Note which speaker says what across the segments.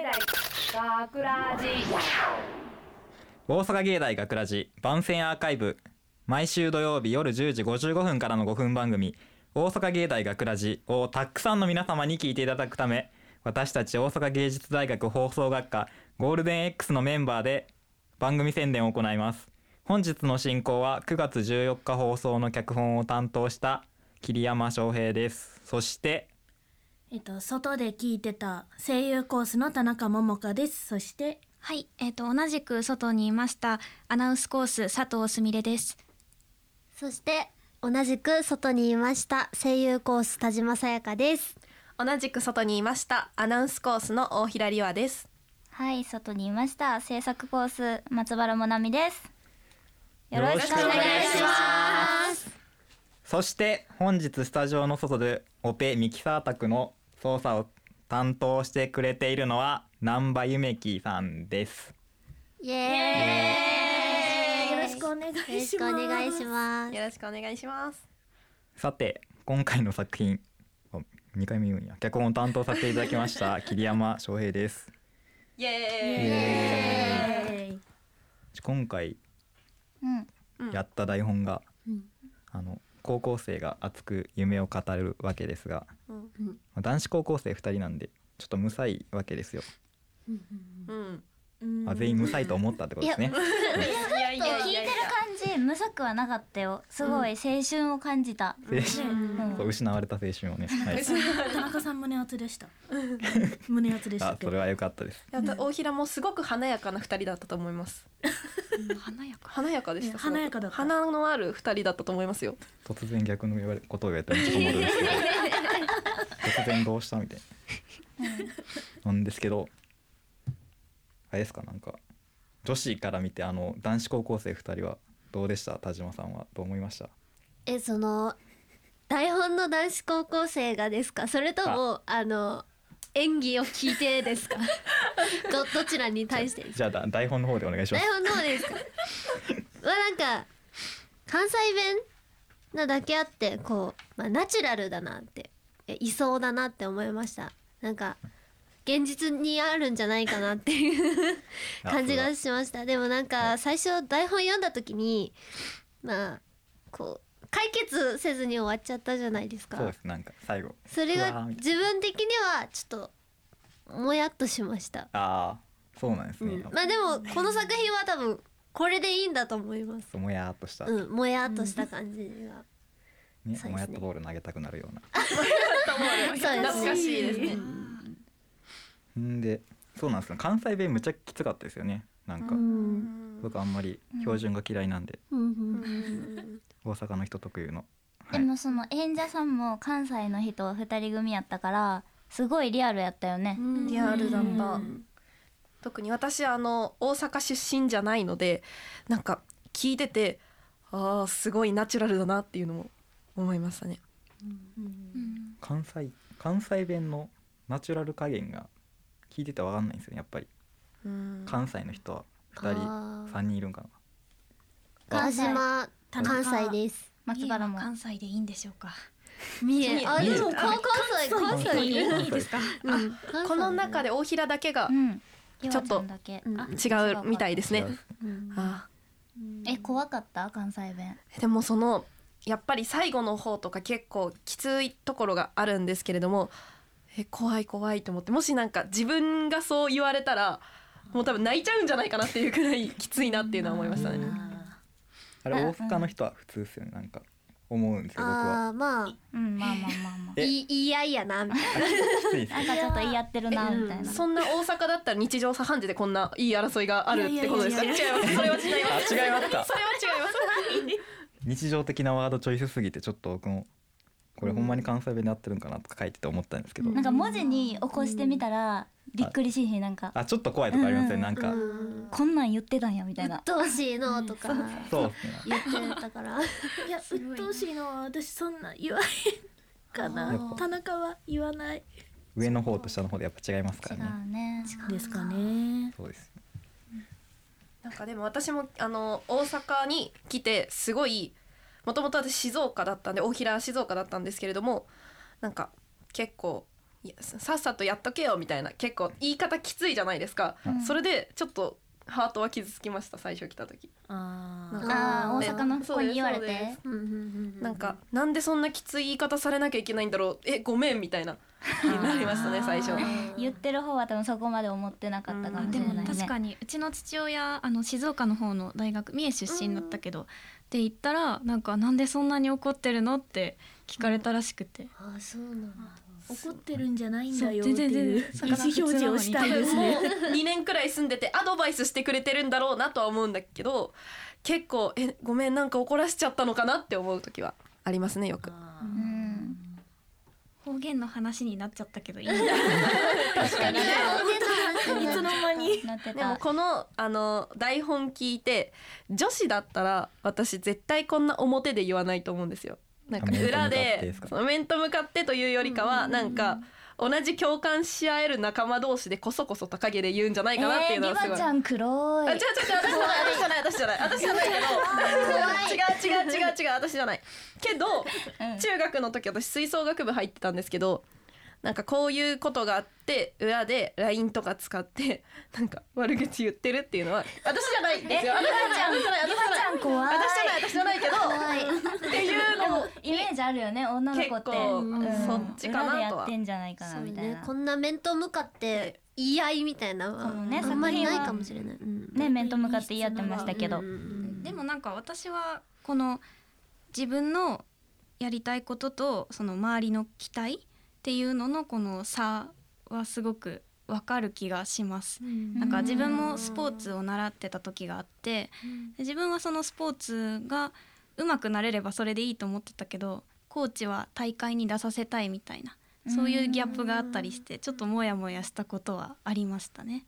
Speaker 1: 大学ラジ
Speaker 2: 大阪芸大学ラジ番宣アーカイブ、毎週土曜日夜10時55分からの5分番組大阪芸大学ラジをたくさんの皆様に聞いていただくため、私たち大阪芸術大学放送学科ゴールデン X のメンバーで番組宣伝を行います。本日の進行は9月14日放送の脚本を担当した桐山翔平です。そして
Speaker 3: 外で聞いてた声優コースの田中桃香です。そして
Speaker 4: はい、同じく外にいましたアナウンスコース佐藤すみれです。
Speaker 5: そして同じく外にいました声優コース田島さやかです。
Speaker 6: 同じく外にいましたアナウンスコースの大平里和です。
Speaker 7: はい、外にいました制作コース松原もなみです。よろしくお願いします。
Speaker 2: そして本日スタジオの外でオペミキサー宅の操作を担当してくれているのは南波ゆめきさんです。
Speaker 5: イエーイ、
Speaker 3: よろしくお願いします。
Speaker 5: よろしくお願いします。
Speaker 6: よろしくお願いします。
Speaker 2: さて今回の作品2回目言うんや、脚本を担当させていただきました桐山翔平です。
Speaker 6: イエーイ。
Speaker 2: 今回やった台本が、高校生が熱く夢を語るわけですが、男子高校生2人なんでちょっと無才わけですよ。全員無才と思ったってことですね。
Speaker 7: 聞いてる感じ無策はなかったよ。すごい青春を感じた。
Speaker 2: 青春、そう失われた青春をね、はい、
Speaker 3: 田中さん胸熱でした胸熱でしたけど、
Speaker 2: それは良かったです。
Speaker 6: 大平もすごく華やかな2人だったと思います。華やかでした。
Speaker 3: 華やかだった。
Speaker 6: 華のある2人だったと思いますよ。
Speaker 2: 突然逆のことを言われてもちょっと困るんですけど突然どうしたみたいな、なんですけどあれですか、なんか女子から見て男子高校生2人はどうでした？田島さんはどう思いました？
Speaker 5: その台本の男子高校生がですか、それとも演技を聞いてですかどちらに対してですか？
Speaker 2: じゃあ台本の方でお願いします。
Speaker 5: 台本の方でですかなんか関西弁なだけあってナチュラルだなっていそうだなって思いました。なんか現実にあるんじゃないかなっていう感じがしました。でもなんか最初台本読んだ時に解決せずに終わっちゃったじゃないですか。
Speaker 2: そうです、なんか最後
Speaker 5: それが自分的にはちょっともやっとしました。
Speaker 2: そうなんですね。
Speaker 5: でもこの作品は多分これでいいんだと思います。
Speaker 2: もやっとした、
Speaker 5: もやっとした感じが、
Speaker 2: もやっとボール投げたくなるような
Speaker 6: 懐かしいですね。
Speaker 2: でそうなんですよ、関西弁むちゃきつかったですよね。なんか僕あんまり標準が嫌いなんで、大阪の人特有の、
Speaker 7: でもその演者さんも関西の人2人組やったからすごいリアルやったよね。
Speaker 6: リアルだった。特に私大阪出身じゃないので、なんか聞いててすごいナチュラルだなっていうのも思いましたね。
Speaker 2: 関西弁のナチュラル加減が聞いてて分かんないんですよね、やっぱり。関西の人は2人3人いるんかな。
Speaker 5: 川島関西です。
Speaker 7: 松原も
Speaker 4: 関西でいいんでしょうか。
Speaker 5: でも関西
Speaker 4: いいですか。
Speaker 6: この中で大平だけがちょっと違うみたいですね。
Speaker 7: 怖かった関西弁？
Speaker 6: でもやっぱり最後の方とか結構きついところがあるんですけれども、怖い怖いと思って、もしなんか自分がそう言われたらもう多分泣いちゃうんじゃないかなっていうくらいきついなっていうのは思いましたね。
Speaker 2: あれ大阪の人は普通ですよね、なんか思うんですよ僕は。
Speaker 7: まあ
Speaker 5: いやいやなみたいな、
Speaker 7: なんかちょっと言い合ってるなみたいな。
Speaker 6: そんな大阪だったら日常茶飯事でこんないい争いがあるってことですか？違います。それは違います。
Speaker 2: 違いますか？
Speaker 6: それは違います。
Speaker 2: 日常的なワードチョイスすぎてちょっと僕もこれほんまに関西弁で合ってるんかなとか書いてて思ったんですけど、
Speaker 7: なんか文字に起こしてみたらびっくりしいひん、なんか
Speaker 2: ちょっと怖いとかありますね、なんか
Speaker 7: こんなん言ってたんやみたいな、
Speaker 5: 鬱陶しいのとか
Speaker 2: そうですね、
Speaker 5: 言ってたから
Speaker 3: いや鬱陶しいのは私そんな言わへんかな。田中は言わない。
Speaker 2: 上の方と下の方でやっぱ違いますからね。
Speaker 7: 違う
Speaker 3: ですかね。
Speaker 2: そうです。
Speaker 6: なんかでも私も大阪に来てすごい、もともと私静岡だったんで、大平静岡だったんですけれども、なんか結構いやさっさとやっとけよみたいな結構言い方きついじゃないですか、それでちょっとハートは傷つきました。最初来た時
Speaker 7: 大阪の子に言われて、
Speaker 6: なんかなんでそんなきつい言い方されなきゃいけないんだろう、ごめんみたいなになりましたね最初。
Speaker 7: 言ってる方は多分そこまで思ってなかったかもしれないね。
Speaker 4: 確かにうちの父親静岡の方の大学三重出身だったけど、って言ったらなんでそんなに怒ってるのって聞かれたらしくて、
Speaker 5: あ、そうなんだ。
Speaker 3: 怒ってるんじゃないんだよって
Speaker 4: 全然
Speaker 3: いう意思表示をしたいですね。
Speaker 6: もう2年くらい住んでてアドバイスしてくれてるんだろうなとは思うんだけど、結構ごめんなんか怒らしちゃったのかなって思う時はありますねよく。
Speaker 4: 方言の話になっちゃったけどいい
Speaker 6: 確かにね。
Speaker 3: いつの間に
Speaker 7: なってた。
Speaker 6: でもこの台本聞いて女子だったら私絶対こんな表で言わないと思うんですよ。なんか裏で面と向かってというよりかはなんか同じ共感し合える仲間同士でこそこそ高毛で言うんじゃないかなっていうのはすごい。
Speaker 7: リバちゃん黒い。
Speaker 6: 違う私じゃないけど違う私じゃないけど、中学の時私吹奏楽部入ってたんですけど、なんかこういうことがあって裏で LINE とか使ってなんか悪口言ってるっていうのは私じゃないんですよ。
Speaker 7: リバちゃん怖い。
Speaker 6: 私じゃないけどっていうのも
Speaker 7: イメージあるよね、女の子って
Speaker 6: 結構そっちかなとは
Speaker 7: 裏でやってんじゃないかなみたいな。
Speaker 5: こんな面と向かって言い合いみたいなのは
Speaker 7: ね、
Speaker 5: あんまりないかもしれない。
Speaker 7: ね、面と向かって言い合ってましたけど、
Speaker 4: でも私はこの自分のやりたいこととその周りの期待っていうののこの差はすごくわかる気がします。自分もスポーツを習ってた時があって、自分はそのスポーツが上手くなれればそれでいいと思ってたけど、コーチは大会に出させたいみたいな、そういうギャップがあったりしてちょっとモヤモヤしたことはありましたね。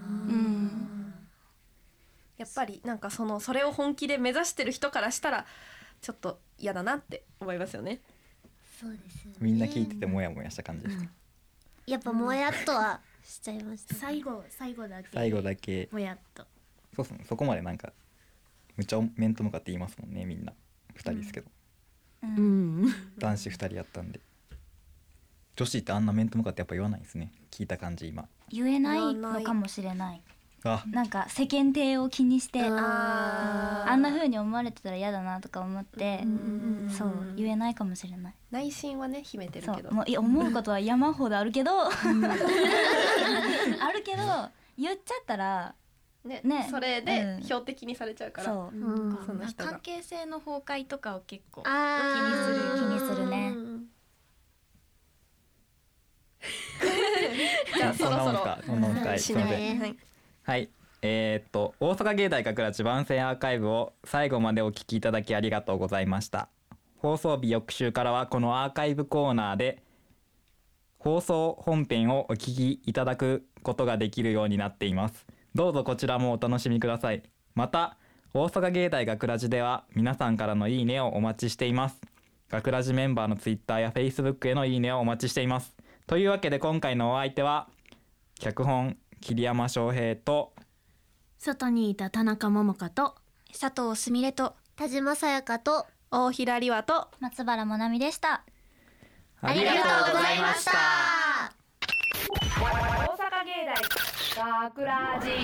Speaker 6: やっぱりなんかそれを本気で目指してる人からしたらちょっと嫌だなって思いますよね。
Speaker 5: そうですよね。
Speaker 2: みんな聞いててモヤモヤした感じですか？
Speaker 5: やっぱもやっとはしちゃいました。
Speaker 3: 最後だけもやっと。
Speaker 2: そうそう、そこまでなんかむっちゃ面と向かって言いますもんね、みんな2人ですけど、男子2人やったんで。女子ってあんな面と向かってやっぱ言わないんですね、聞いた感じ。今
Speaker 7: 言えないのかもしれない。
Speaker 2: あ、
Speaker 7: 世間体を気にしてあんな風に思われてたら嫌だなとか思って、そう言えないかもしれない。
Speaker 6: 内心はね秘めてるけど、
Speaker 7: もう思うことは山ほどあるけどあるけど言っちゃったら
Speaker 6: ねそれで標的にされちゃうから、その人が
Speaker 4: 関係性の崩壊とかを結構
Speaker 7: 気にするね。
Speaker 6: じゃあそろそろ
Speaker 2: 締め。はい、大阪芸大学ラジ番宣アーカイブを最後までお聞きいただきありがとうございました。放送日翌週からはこのアーカイブコーナーで放送本編をお聞きいただくことができるようになっています。どうぞこちらもお楽しみください。また大阪芸大学ラジでは皆さんからのいいねをお待ちしています。学ラジメンバーのツイッターやフェイスブックへのいいねをお待ちしています。というわけで今回のお相手は脚本桐山翔平と
Speaker 3: 外にいた田中桃香と
Speaker 4: 佐藤すみれと
Speaker 5: 田島さやかと
Speaker 6: 大平里和と
Speaker 7: 松原もなみでした。
Speaker 2: ありがとうございました。
Speaker 1: 大阪芸大学ラジ。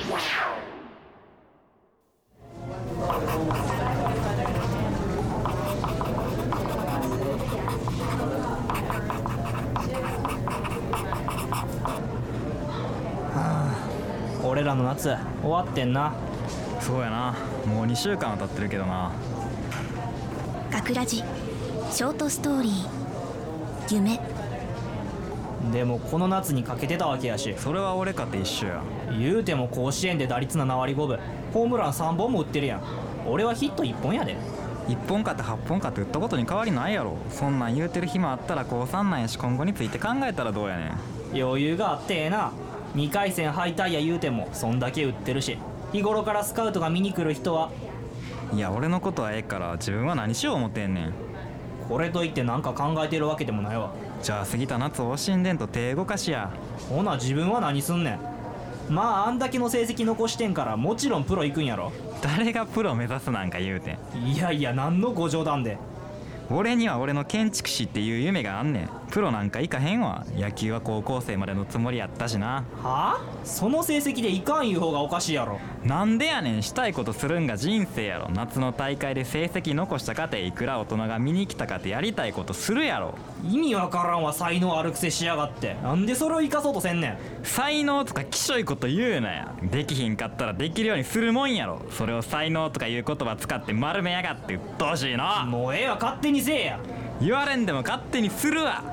Speaker 8: 俺らの夏終わってんな。
Speaker 2: そうやな、もう2週間は経ってるけどな。
Speaker 4: 学ラジショートストーリー夢。
Speaker 8: でもこの夏にかけてたわけやし。
Speaker 2: それは俺かて一緒や。
Speaker 8: 言うても甲子園で打率7割5分、ホームラン3本も打ってるやん。俺はヒット1本やで。
Speaker 2: 1本かって8本かって打ったことに変わりないやろ。そんなん言うてる暇あったら高3なんやし、今後について考えたらどうやねん。
Speaker 8: 余裕があってええな。2回戦敗退や言うてもそんだけ打ってるし、日頃からスカウトが見に来る人は。
Speaker 2: いや俺のことはええから自分は何しよう思ってんねん。
Speaker 8: これといって何か考えてるわけでもないわ。
Speaker 2: じゃあ過ぎた夏を惜しんでんと手動かしや。
Speaker 8: ほな自分は何すんねん。まああんだけの成績残してんからもちろんプロ行くんやろ。
Speaker 2: 誰がプロ目指すなんか言うてん。
Speaker 8: いやいや何のご冗談で。
Speaker 2: 俺には俺の建築士っていう夢があんねん。 プロなんか行かへんわ。野球は高校生までのつもりやったしな。
Speaker 8: はあ？その成績でいかんいう方がおかしいやろ。
Speaker 2: なんでやねん。したいことするんが人生やろ。夏の大会で成績残したかていくら大人が見に来たかてやりたいことするやろ。
Speaker 8: 意味わからんわ、才能あるくせしやがって。なんでそれを生かそうとせんねん。
Speaker 2: 才能とかきしょいこと言うなや。できひんかったらできるようにするもんやろ。それを才能とかいう言葉使って丸めやがってうっとうしいな。
Speaker 8: もうええわ、勝手にせえや。
Speaker 2: 言われんでも勝手にするわ。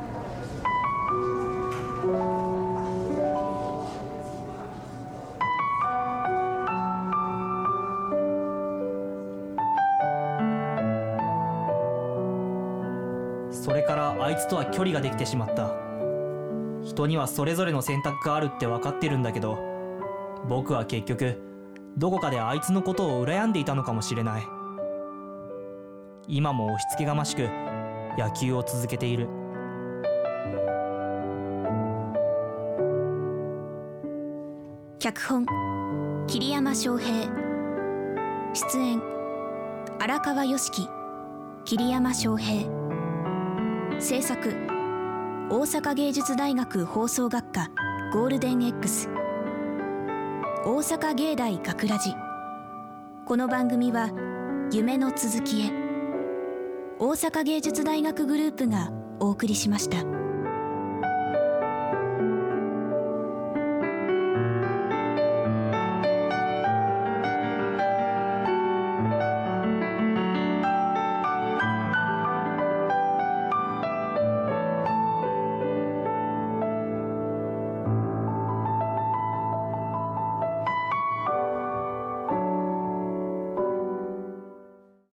Speaker 8: それからあいつとは距離ができてしまった。人にはそれぞれの選択があるって分かってるんだけど、僕は結局どこかであいつのことを羨んでいたのかもしれない。今も押し付けがましく野球を続けている。
Speaker 9: 脚本桐山翔平、出演荒川良樹、桐山翔平、制作大阪芸術大学放送学科ゴールデン X、 大阪芸大学ラジ。この番組は夢の続きへ、大阪芸術大学グループがお送りしました。